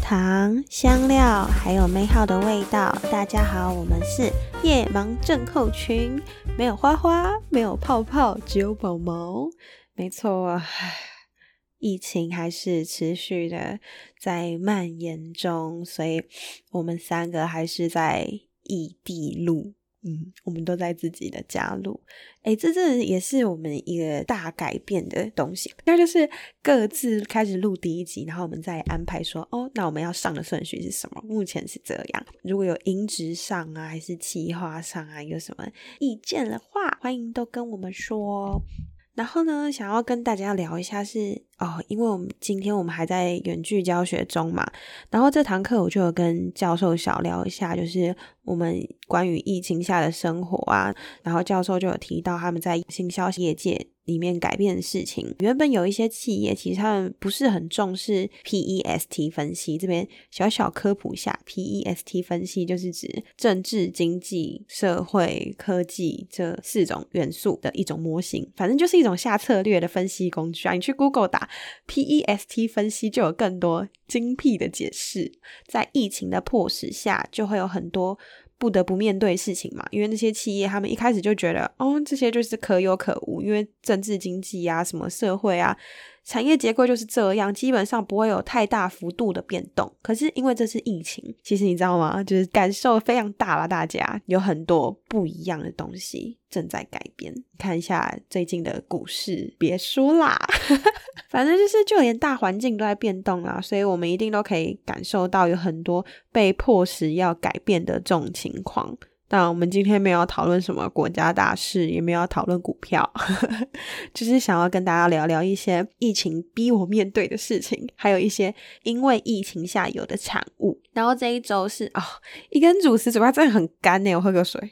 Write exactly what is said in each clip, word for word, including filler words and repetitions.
糖、香料还有美好的味道。大家好，我们是夜盲症候群，没有花花，没有泡泡，只有毛毛。没错，疫情还是持续的在蔓延中，所以我们三个还是在异地录。嗯，我们都在自己的家录。诶，这真的也是我们一个大改变的东西。那就是各自开始录第一集，然后我们再安排说，哦，那我们要上的顺序是什么？目前是这样。如果有音质上啊，还是企划上啊，有什么意见的话，欢迎都跟我们说。然后呢，想要跟大家聊一下是哦，因为我们今天我们还在远距教学中嘛，然后这堂课我就有跟教授小聊一下，就是我们关于疫情下的生活啊，然后教授就有提到他们在行销业界里面改变的事情。原本有一些企业其实他们不是很重视 P E S T 分析，这边小小科普一下， P E S T 分析就是指政治、经济、社会、科技这四种元素的一种模型，反正就是一种下策略的分析工具啊。你去 Google 打 P E S T 分析就有更多精辟的解释。在疫情的迫使下，就会有很多不得不面对的事情嘛，因为那些企业他们一开始就觉得哦，这些就是可有可无，因为政治经济啊，什么社会啊，产业结构就是这样，基本上不会有太大幅度的变动。可是因为这是疫情，其实你知道吗，就是感受非常大了，大家有很多不一样的东西正在改变。看一下最近的股市，别说啦反正就是就连大环境都在变动啦，所以我们一定都可以感受到有很多被迫使要改变的这种情况。那我们今天没有要讨论什么国家大事，也没有要讨论股票就是想要跟大家聊聊一些疫情逼我面对的事情，还有一些因为疫情下有的产物。然后这一周是哦，一根主持嘴巴真的很干耶，我喝个水。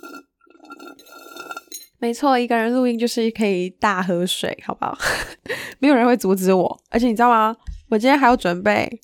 没错，一个人录音就是可以大喝水，好不好没有人会阻止我。而且你知道吗，我今天还要准备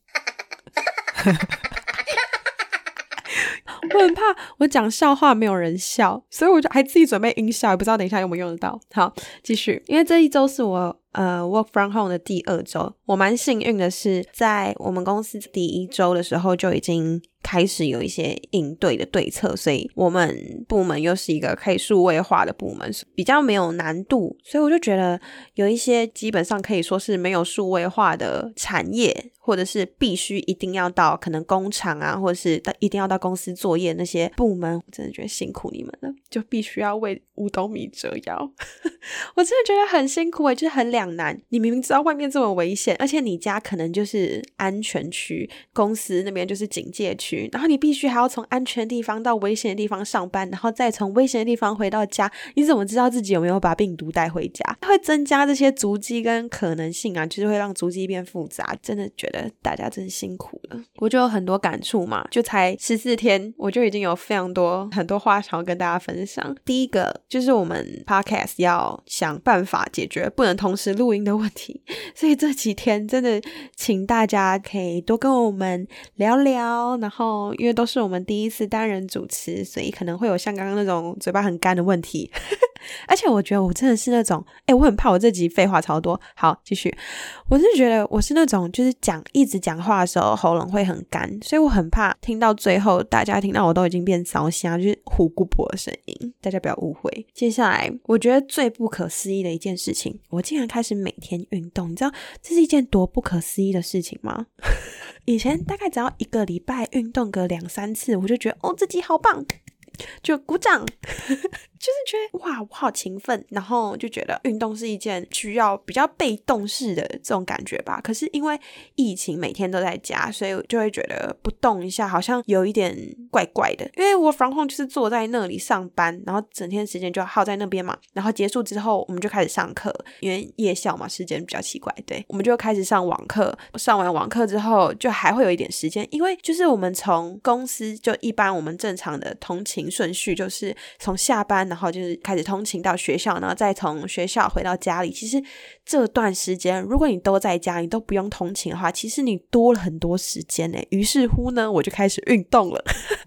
我很怕我讲笑话没有人笑，所以我就还自己准备音效，也不知道等一下有没有用得到。好，继续。因为这一周是我呃 work from home 的第二周，我蛮幸运的是在我们公司第一周的时候就已经开始有一些应对的对策，所以我们部门又是一个可以数位化的部门，比较没有难度。所以我就觉得有一些基本上可以说是没有数位化的产业，或者是必须一定要到可能工厂啊，或者是一定要到公司作业那些部门，我真的觉得辛苦你们了，就必须要为五斗米折腰我真的觉得很辛苦耶，就是很两难。你明明知道外面这么危险，而且你家可能就是安全区，公司那边就是警戒区，然后你必须还要从安全的地方到危险的地方上班，然后再从危险的地方回到家，你怎么知道自己有没有把病毒带回家？会增加这些足迹跟可能性啊，就是会让足迹变复杂。真的觉得大家真辛苦了，我就有很多感触嘛，就才十四天我就已经有非常多很多话想要跟大家分享。第一个就是我们 podcast 要想办法解决不能同时录音的问题，所以这几天真的请大家可以多跟我们聊聊，然后因为都是我们第一次单人主持，所以可能会有像刚刚那种嘴巴很干的问题而且我觉得我真的是那种诶我很怕我这集废话超多。好，继续。我是觉得我是那种就是讲一直讲话的时候喉咙会很干，所以我很怕听到最后大家听到我都已经变烧香，就是虎姑婆的声音，大家不要误会。接下来我觉得最不可思议的一件事情，我竟然开始每天运动。你知道这是一件多不可思议的事情吗以前大概只要一个礼拜运动个两三次，我就觉得哦自己好棒，就鼓掌就是觉得哇我好勤奋，然后就觉得运动是一件需要比较被动式的这种感觉吧。可是因为疫情每天都在家，所以我就会觉得不动一下好像有一点怪怪的。因为我 from home 就是坐在那里上班，然后整天时间就耗在那边嘛，然后结束之后我们就开始上课，因为夜校嘛时间比较奇怪，对，我们就开始上网课。上完网课之后就还会有一点时间，因为就是我们从公司就一般我们正常的通勤顺序就是从下班然后就是开始通勤到学校，然后再从学校回到家里。其实这段时间如果你都在家，你都不用通勤的话，其实你多了很多时间耶。于是乎呢我就开始运动了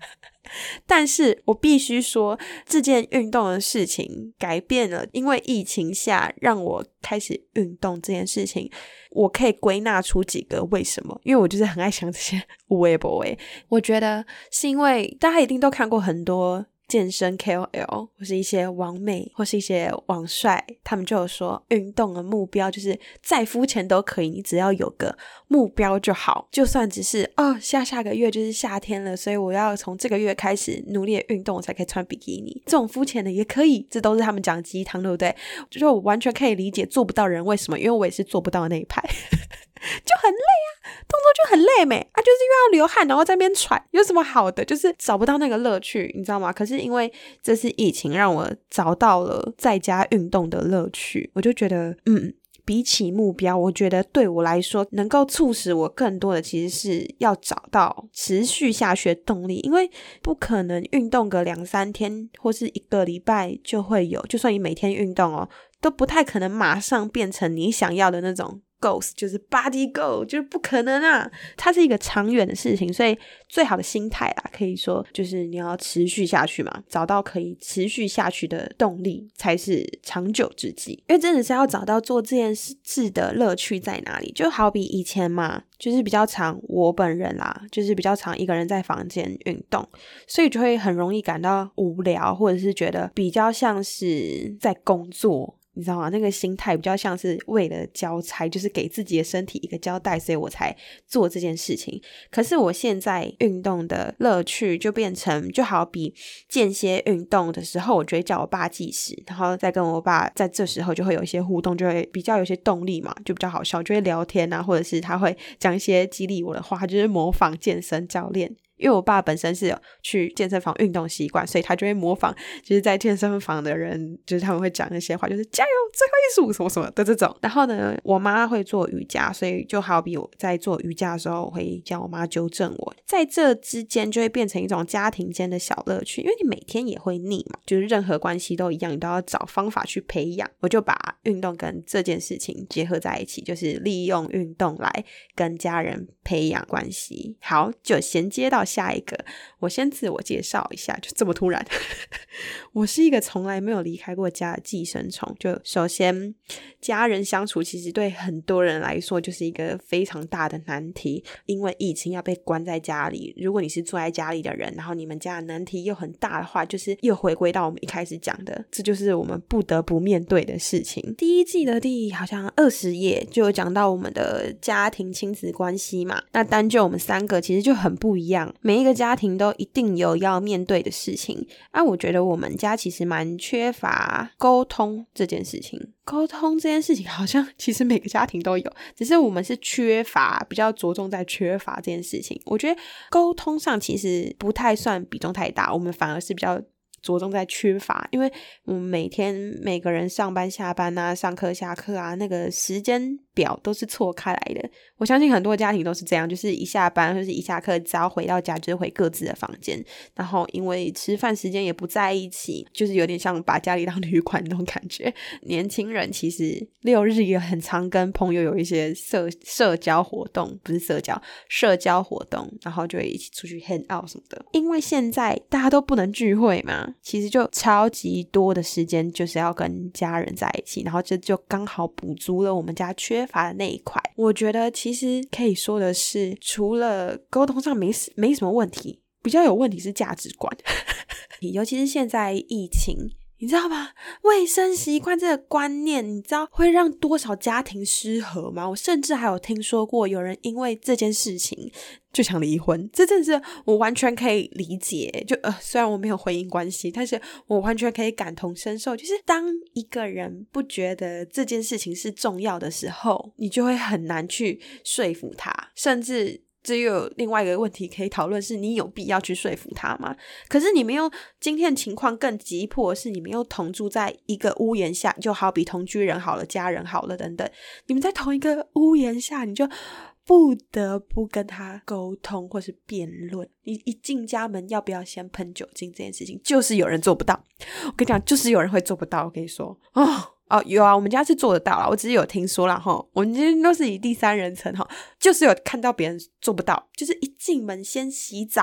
但是我必须说这件运动的事情改变了，因为疫情下让我开始运动这件事情，我可以归纳出几个为什么，因为我就是很爱想这些有的没的。我觉得是因为大家一定都看过很多健身 K O L 或是一些网美或是一些网帅，他们就有说运动的目标就是再肤浅都可以，你只要有个目标就好，就算只是哦下下个月就是夏天了，所以我要从这个月开始努力的运动我才可以穿比基尼，这种肤浅的也可以，这都是他们讲鸡汤对不对？就是我完全可以理解做不到人为什么，因为我也是做不到的那一派就很累啊，动作就很累没啊，就是又要流汗然后在那边喘，有什么好的？就是找不到那个乐趣，你知道吗？可是因为这次疫情让我找到了在家运动的乐趣，我就觉得嗯比起目标，我觉得对我来说能够促使我更多的其实是要找到持续下去的动力，因为不可能运动个两三天或是一个礼拜就会有，就算你每天运动哦都不太可能马上变成你想要的那种goals， 就是 body goal， 就是不可能啊，它是一个长远的事情，所以最好的心态啦，可以说就是你要持续下去嘛，找到可以持续下去的动力才是长久之计，因为真的是要找到做这件事的乐趣在哪里。就好比以前嘛，就是比较常我本人啦，就是比较常一个人在房间运动，所以就会很容易感到无聊，或者是觉得比较像是在工作，你知道吗？那个心态比较像是为了交差，就是给自己的身体一个交代，所以我才做这件事情。可是我现在运动的乐趣就变成，就好比间歇运动的时候，我就会叫我爸计时，然后再跟我爸在这时候就会有一些互动，就会比较有些动力嘛，就比较好笑，就会聊天啊，或者是他会讲一些激励我的话，就是模仿健身教练。因为我爸本身是有去健身房运动习惯，所以他就会模仿就是在健身房的人，就是他们会讲那些话，就是加油最后一组什么什么的这种。然后呢，我妈会做瑜伽，所以就好比我在做瑜伽的时候，我会叫我妈纠正我，在这之间就会变成一种家庭间的小乐趣，因为你每天也会腻嘛，就是任何关系都一样，你都要找方法去培养。我就把运动跟这件事情结合在一起，就是利用运动来跟家人培养关系。好，就衔接到下一个，我先自我介绍一下，就这么突然我是一个从来没有离开过家的寄生虫。就首先家人相处其实对很多人来说就是一个非常大的难题，因为疫情要被关在家里，如果你是住在家里的人，然后你们家的难题又很大的话，就是又回归到我们一开始讲的，这就是我们不得不面对的事情。第一季的第好像二十页就有讲到我们的家庭亲子关系嘛，那单就我们三个其实就很不一样，每一个家庭都一定有要面对的事情啊。我觉得我们家其实蛮缺乏沟通这件事情，沟通这件事情好像其实每个家庭都有，只是我们是缺乏，比较着重在缺乏这件事情。我觉得沟通上其实不太算比重太大，我们反而是比较着重在缺乏，因为我们每天每个人上班下班啊，上课下课啊，那个时间表都是错开来的。我相信很多家庭都是这样，就是一下班或是一下课只要回到家就是回各自的房间，然后因为吃饭时间也不在一起，就是有点像把家里当旅馆那种感觉。年轻人其实六日也很常跟朋友有一些社社交活动，不是社交社交活动，然后就会一起出去 hang out 什么的。因为现在大家都不能聚会嘛，其实就超级多的时间就是要跟家人在一起，然后这就刚好补足了我们家缺乏的那一块。我觉得其实可以说的是，除了沟通上没没什么问题，比较有问题是价值观尤其是现在疫情，你知道吗？卫生习惯这个观念，你知道会让多少家庭失和吗？我甚至还有听说过有人因为这件事情就想离婚，这真的是我完全可以理解。就呃，虽然我没有婚姻关系，但是我完全可以感同身受。就是当一个人不觉得这件事情是重要的时候，你就会很难去说服他，甚至这又有另外一个问题可以讨论，是你有必要去说服他吗？可是你们又今天情况更急迫，是你们又同住在一个屋檐下，就好比同居人好了，家人好了等等，你们在同一个屋檐下，你就不得不跟他沟通或是辩论。你一进家门要不要先喷酒精这件事情，就是有人做不到。我跟你讲，就是有人会做不到。我跟你说哦哦，有啊，我们家是做得到啦，我只是有听说啦齁，我们今天都是以第三人称齁，就是有看到别人做不到，就是一进门先洗澡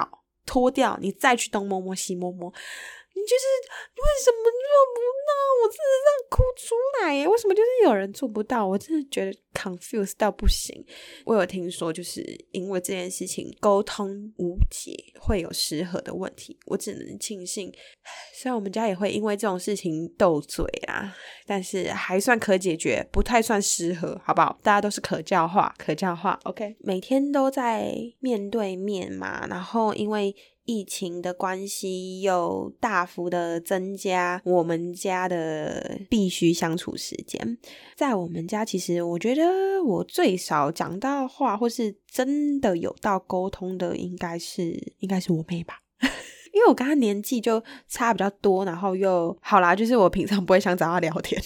脱掉，你再去东摸摸西摸摸，你就是为什么做不到？我真的是哭出来耶！为什么就是有人做不到？我真的觉得 confused 到不行。我有听说就是因为这件事情沟通无解会有失和的问题，我只能庆幸虽然我们家也会因为这种事情斗嘴啦，但是还算可解决，不太算失和，好不好？大家都是可教化可教化 OK。 每天都在面对面嘛，然后因为疫情的关系又大幅的增加我们家的必须相处时间。在我们家其实我觉得我最少讲到话或是真的有到沟通的应该是应该是我妹吧因为我跟她年纪就差比较多，然后又好啦，就是我平常不会想找她聊天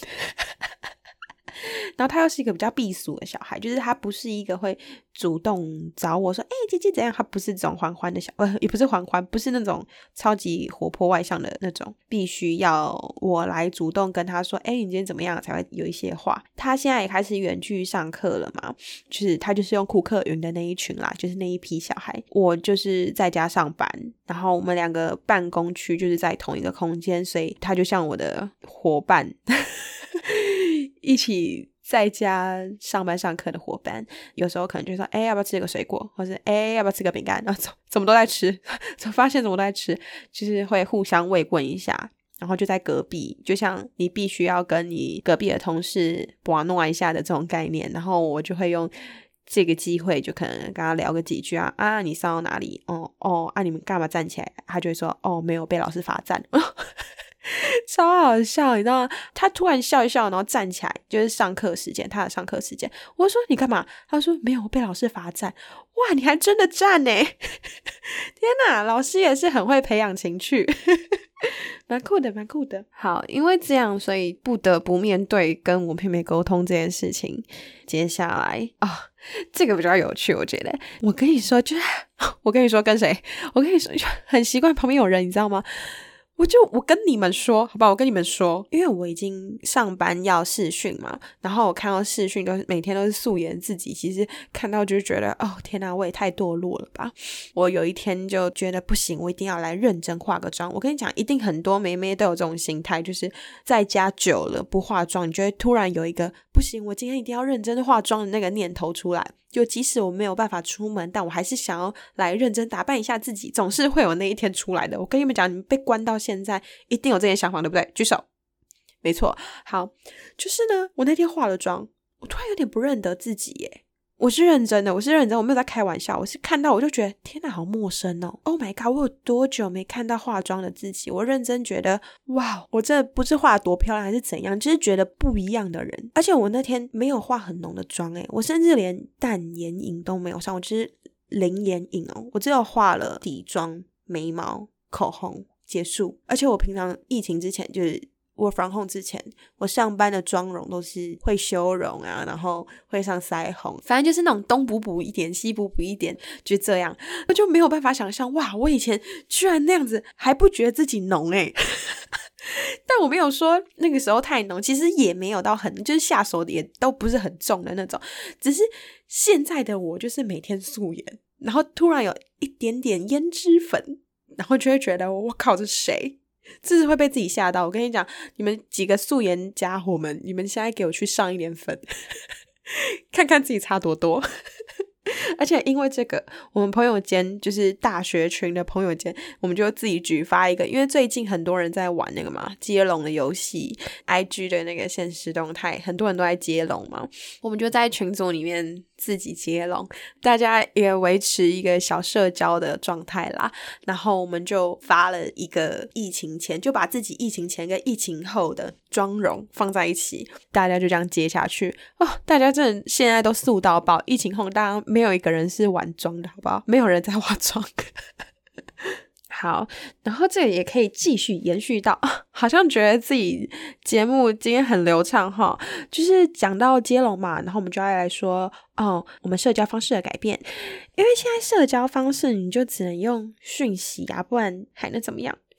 然后他又是一个比较避俗的小孩，就是他不是一个会主动找我说哎、欸，姐姐怎样，他不是这种欢欢的小呃，也不是欢欢，不是那种超级活泼外向的那种，必须要我来主动跟他说哎、欸，你今天怎么样才会有一些话。他现在也开始远距上课了嘛，就是他就是用库克云的那一群啦，就是那一批小孩。我就是在家上班，然后我们两个办公区就是在同一个空间，所以他就像我的伙伴一起在家上班上课的伙伴，有时候可能就说哎、欸，要不要吃个水果，或是哎、欸，要不要吃个饼干，然后怎么都在吃发现怎么都在吃，就是会互相慰问一下。然后就在隔壁，就像你必须要跟你隔壁的同事玩弄一下的这种概念，然后我就会用这个机会就可能跟他聊个几句啊啊，你上到哪里？哦哦啊，你们干嘛站起来？他就会说哦，没有，被老师罚站超好笑，你知道吗？他突然笑一笑，然后站起来，就是上课时间，他的上课时间。我说你干嘛？他说没有，被老师罚站。哇，你还真的站耶天哪，老师也是很会培养情趣蛮酷的蛮酷的。好，因为这样所以不得不面对跟我妹妹沟通这件事情。接下来啊、哦，这个比较有趣，我觉得我跟你说就是我跟你说跟谁我跟你说很习惯旁边有人，你知道吗？我就我跟你们说好吧，我跟你们说，因为我已经上班要视讯嘛，然后我看到视讯都是每天都是素颜自己，其实看到就是觉得哦天哪，我也太堕落了吧。我有一天就觉得不行，我一定要来认真化个妆。我跟你讲，一定很多妹妹都有这种心态，就是在家久了不化妆，你就会突然有一个不行，我今天一定要认真化妆的那个念头出来。就即使我没有办法出门，但我还是想要来认真打扮一下自己，总是会有那一天出来的。我跟你们讲，你们被关到现在一定有这些想法，对不对？举手。没错。好，就是呢，我那天化了妆，我突然有点不认得自己耶。我是认真的，我是认真，我没有在开玩笑。我是看到我就觉得天哪，好陌生哦 Oh my god， 我有多久没看到化妆的自己。我认真觉得哇，我这不是化得多漂亮还是怎样，就是觉得不一样的人。而且我那天没有化很浓的妆耶，我甚至连淡眼影都没有上，我就是零眼影哦，我只有化了底妆、眉毛、口红结束。而且我平常疫情之前就是work from home之前，我上班的妆容都是会修容啊，然后会上腮红，反正就是那种东补补一点西补补一点，就这样。我就没有办法想象，哇，我以前居然那样子还不觉得自己浓耶但我没有说那个时候太浓，其实也没有到很，就是下手也都不是很重的那种，只是现在的我就是每天素颜，然后突然有一点点胭脂粉，然后就会觉得我靠，这谁？这是会被自己吓到。我跟你讲，你们几个素颜家伙们，你们现在给我去上一点粉看看自己差多多而且因为这个，我们朋友间就是大学群的朋友间，我们就自己举发一个，因为最近很多人在玩那个嘛接龙的游戏， I G 的那个限时动态很多人都在接龙嘛，我们就在群组里面自己接龙，大家也维持一个小社交的状态啦。然后我们就发了一个疫情前，就把自己疫情前跟疫情后的妆容放在一起，大家就这样接下去哦。大家真的现在都素到爆，疫情后大家没有一个人是玩妆的，好不好？没有人在化妆好，然后这个也可以继续延续到、啊、好像觉得自己节目今天很流畅哈，就是讲到接龙嘛，然后我们就要来说哦，我们社交方式的改变。因为现在社交方式你就只能用讯息啊，不然还能怎么样？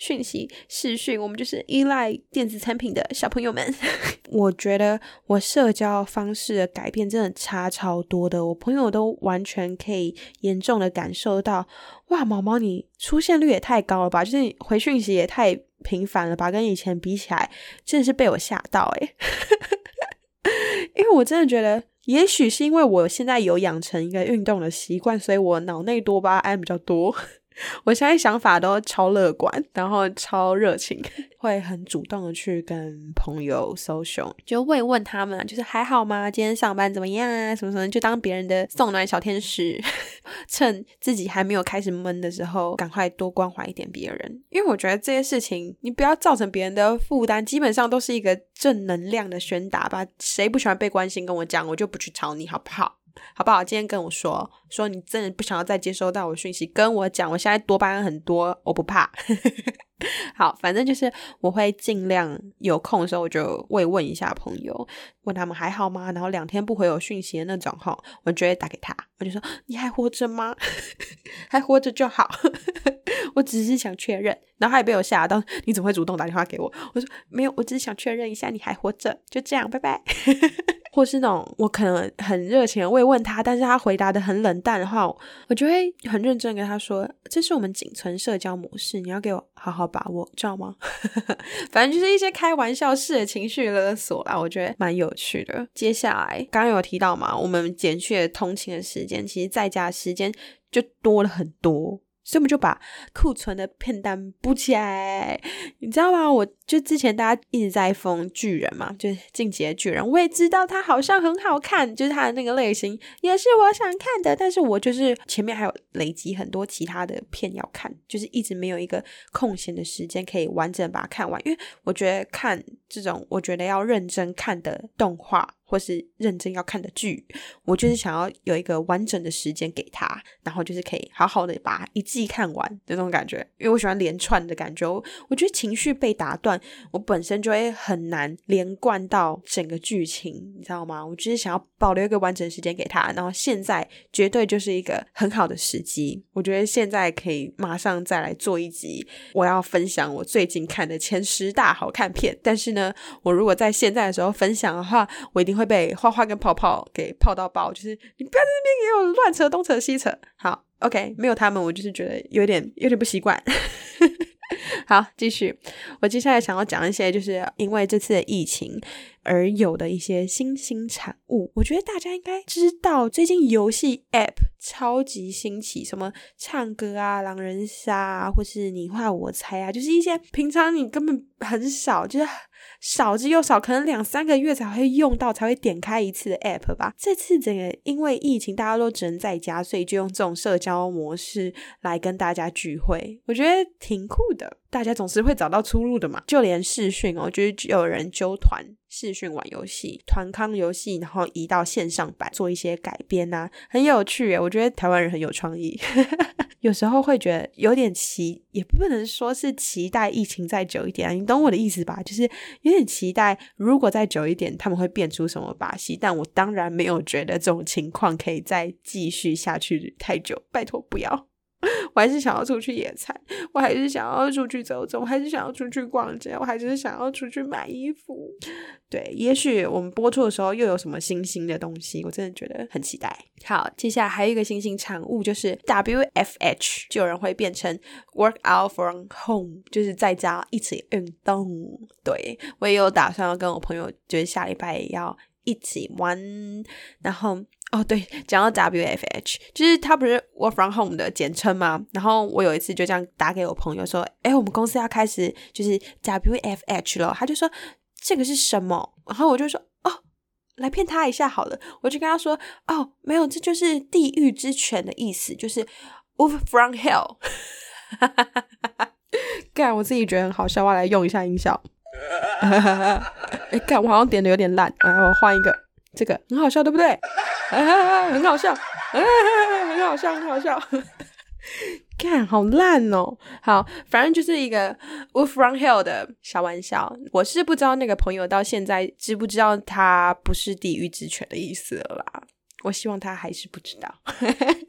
讯息视讯，我们就是依赖电子产品的小朋友们我觉得我社交方式的改变真的差超多的，我朋友都完全可以严重的感受到，哇，毛毛你出现率也太高了吧，就是你回讯息也太频繁了吧，跟以前比起来真的是被我吓到耶因为我真的觉得也许是因为我现在有养成一个运动的习惯，所以我脑内多巴胺比较多我现在想法都超乐观，然后超热情，会很主动的去跟朋友 social， 就会问他们就是还好吗，今天上班怎么样啊，什么什么，就当别人的送暖小天使趁自己还没有开始闷的时候赶快多关怀一点别人，因为我觉得这些事情你不要造成别人的负担，基本上都是一个正能量的宣达吧，谁不喜欢被关心，跟我讲我就不去吵你好不好，好不好？今天跟我说说你真的不想要再接收到我讯息，跟我讲，我现在多巴胺很多，我不怕好，反正就是我会尽量有空的时候我就慰问一下朋友，问他们还好吗，然后两天不回我讯息的那种齁，我就会打给他，我就说你还活着吗还活着就好我只是想确认，然后他也被我吓到，你怎么会主动打电话给我，我说没有，我只是想确认一下你还活着，就这样，拜拜或是那种我可能很热情的慰问他，但是他回答的很冷淡的话，我就会很认真跟他说这是我们仅存社交模式，你要给我好好把握，知道吗反正就是一些开玩笑式的情绪勒索啦，我觉得蛮有趣的。接下来刚刚有提到嘛，我们减去了通勤的时间，其实在家的时间就多了很多，所以我们就把库存的片单补起来，你知道吗？我就之前大家一直在封巨人嘛，就是进击的巨人，我也知道他好像很好看，就是他的那个类型也是我想看的，但是我就是前面还有累积很多其他的片要看，就是一直没有一个空闲的时间可以完整把它看完，因为我觉得看这种我觉得要认真看的动画或是认真要看的剧，我就是想要有一个完整的时间给他，然后就是可以好好的把一季看完的那种感觉，因为我喜欢连串的感觉，我觉得情绪被打断，我本身就会很难连贯到整个剧情，你知道吗？我就是想要保留一个完整的时间给他，然后现在绝对就是一个很好的时机，我觉得现在可以马上再来做一集，我要分享我最近看的前十大好看片，但是呢我如果在现在的时候分享的话，我一定会被花花跟泡泡给泡到爆，就是你不要在那边给我乱扯东扯西扯。好 OK， 没有他们我就是觉得有点有点不习惯好，继续。我接下来想要讲一些就是因为这次的疫情而有的一些新兴产物，我觉得大家应该知道最近游戏 App 超级兴起，什么唱歌啊、狼人杀啊，或是你画我猜啊，就是一些平常你根本很少，就是少之又少，可能两三个月才会用到，才会点开一次的 App 吧。这次整个因为疫情大家都只能在家，所以就用这种社交模式来跟大家聚会，我觉得挺酷的，大家总是会找到出路的嘛。就连视讯哦，就是有人揪团视讯玩游戏，团康游戏，然后移到线上版做一些改编啊，很有趣耶，我觉得台湾人很有创意有时候会觉得有点期，也不能说是期待疫情再久一点啊，你懂我的意思吧，就是有点期待如果再久一点他们会变出什么把戏，但我当然没有觉得这种情况可以再继续下去太久，拜托不要我还是想要出去野餐，我还是想要出去走走，我还是想要出去逛街，我还是想要出去买衣服。对，也许我们播出的时候又有什么新兴的东西，我真的觉得很期待。好，接下来还有一个新兴产物就是 W F H， 就有人会变成 Work Out From Home， 就是在家一起运动。对，我也有打算要跟我朋友就是下礼拜要一起玩，然后哦对，讲到 W F H 就是它不是 Work From Home 的简称吗？然后我有一次就这样打给我朋友说，诶我们公司要开始就是 W F H 了，他就说这个是什么？然后我就说哦来骗他一下好了，我就跟他说哦没有，这就是地狱之泉的意思，就是 Work From Hell 干我自己觉得很好笑，我要来用一下音效哎干我好像点的有点烂，来我换一个，这个很好笑对不对？啊很好笑啊很好笑很好笑干好烂哦。好，反正就是一个 Wolf From Hell 的小玩笑，我是不知道那个朋友到现在知不知道他不是地狱之泉的意思了啦，我希望他还是不知道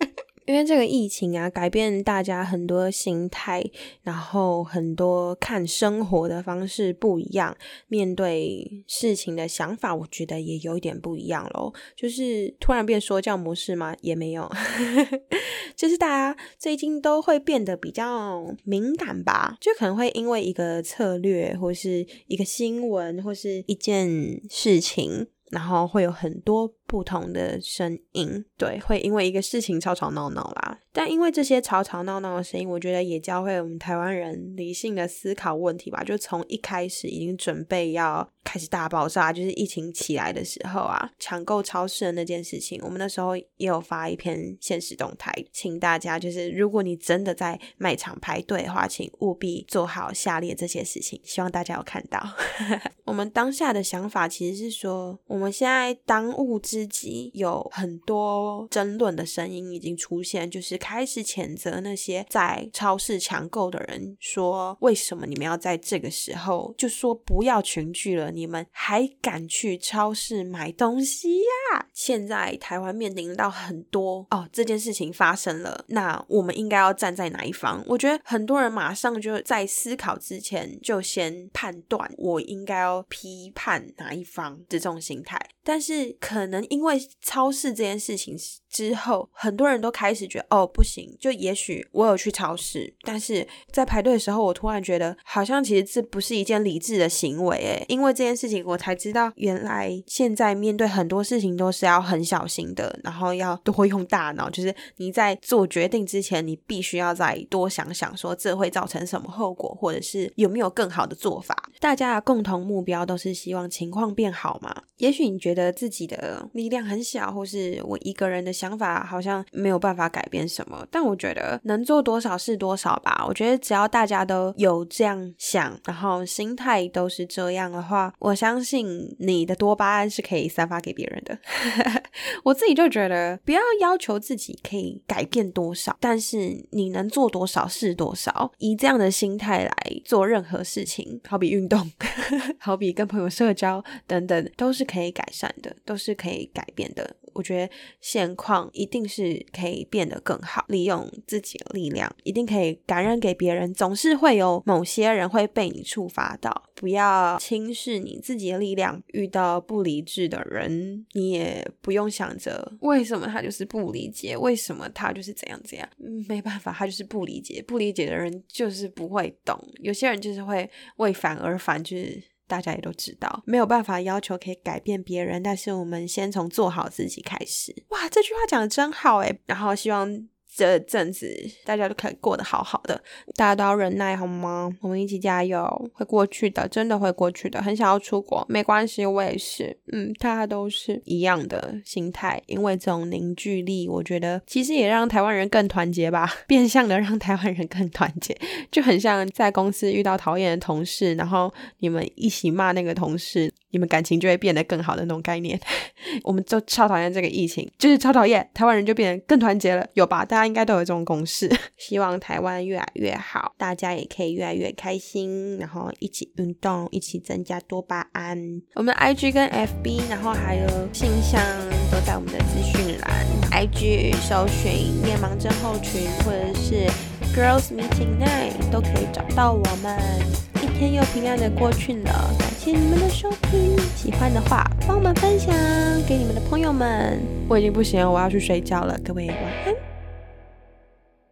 因为这个疫情啊，改变大家很多心态，然后很多看生活的方式不一样，面对事情的想法我觉得也有一点不一样咯。就是突然变说教模式吗？也没有就是大家最近都会变得比较敏感吧，就可能会因为一个策略或是一个新闻或是一件事情，然后会有很多不同的声音，对，会因为一个事情吵吵闹闹啦。但因为这些吵吵闹闹的声音，我觉得也教会我们台湾人理性的思考问题吧。就从一开始已经准备要开始大爆炸，就是疫情起来的时候啊，抢购超市的那件事情，我们那时候也有发一篇限时动态，请大家就是如果你真的在卖场排队的话，请务必做好下列这些事情，希望大家有看到我们当下的想法其实是说，我们现在当务之急，有很多争论的声音已经出现，就是开始谴责那些在超市抢购的人，说为什么你们要在这个时候就说不要群聚了，你们还敢去超市买东西呀？现在台湾面临到很多哦，这件事情发生了，那我们应该要站在哪一方？我觉得很多人马上就在思考之前就先判断我应该要批判哪一方的这种心态，但是可能因为超市这件事情之后，很多人都开始觉得哦不行，就也许我有去超市，但是在排队的时候我突然觉得好像其实这不是一件理智的行为耶，因为这件事情我才知道原来现在面对很多事情都是要很小心的，然后要多用大脑，就是你在做决定之前你必须要再多想想说这会造成什么后果，或者是有没有更好的做法。大家的共同目标都是希望情况变好嘛，也许你觉得自己的力量很小，或是我一个人的想法好像没有办法改变什么，但我觉得能做多少是多少吧。我觉得只要大家都有这样想，然后心态都是这样的话，我相信你的多巴胺是可以散发给别人的我自己就觉得不要要求自己可以改变多少，但是你能做多少是多少，以这样的心态来做任何事情，好比运动好比跟朋友社交等等，都是可以改善的，都是可以改变的。我觉得现况一定是可以变得更好，利用自己的力量一定可以感染给别人，总是会有某些人会被你触发到，不要轻视你自己的力量。遇到不理智的人，你也不用想着为什么他就是不理解，为什么他就是怎样怎样、嗯、没办法，他就是不理解，不理解的人就是不会懂，有些人就是会为反而反，就是大家也都知道，没有办法要求可以改变别人，但是我们先从做好自己开始。哇，这句话讲得真好耶，然后希望这阵子大家都可以过得好好的，大家都要忍耐好吗？我们一起加油，会过去的，真的会过去的。很想要出国，没关系，我也是，嗯，大家都是一样的心态，因为这种凝聚力，我觉得其实也让台湾人更团结吧，变相的让台湾人更团结，就很像在公司遇到讨厌的同事，然后你们一起骂那个同事，你们感情就会变得更好的那种概念我们就超讨厌这个疫情，就是超讨厌，台湾人就变得更团结了，有吧？大家应该都有这种共识希望台湾越来越好，大家也可以越来越开心，然后一起运动，一起增加多巴胺。我们的 I G 跟 F B 然后还有信箱都在我们的资讯栏， I G 搜寻面盲症候群或者是 Girls Meeting Night 都可以找到我们。一天又平安的过去了，感谢你们的收听，喜欢的话帮我们分享给你们的朋友们。我已经不行了，我要去睡觉了，各位晚安。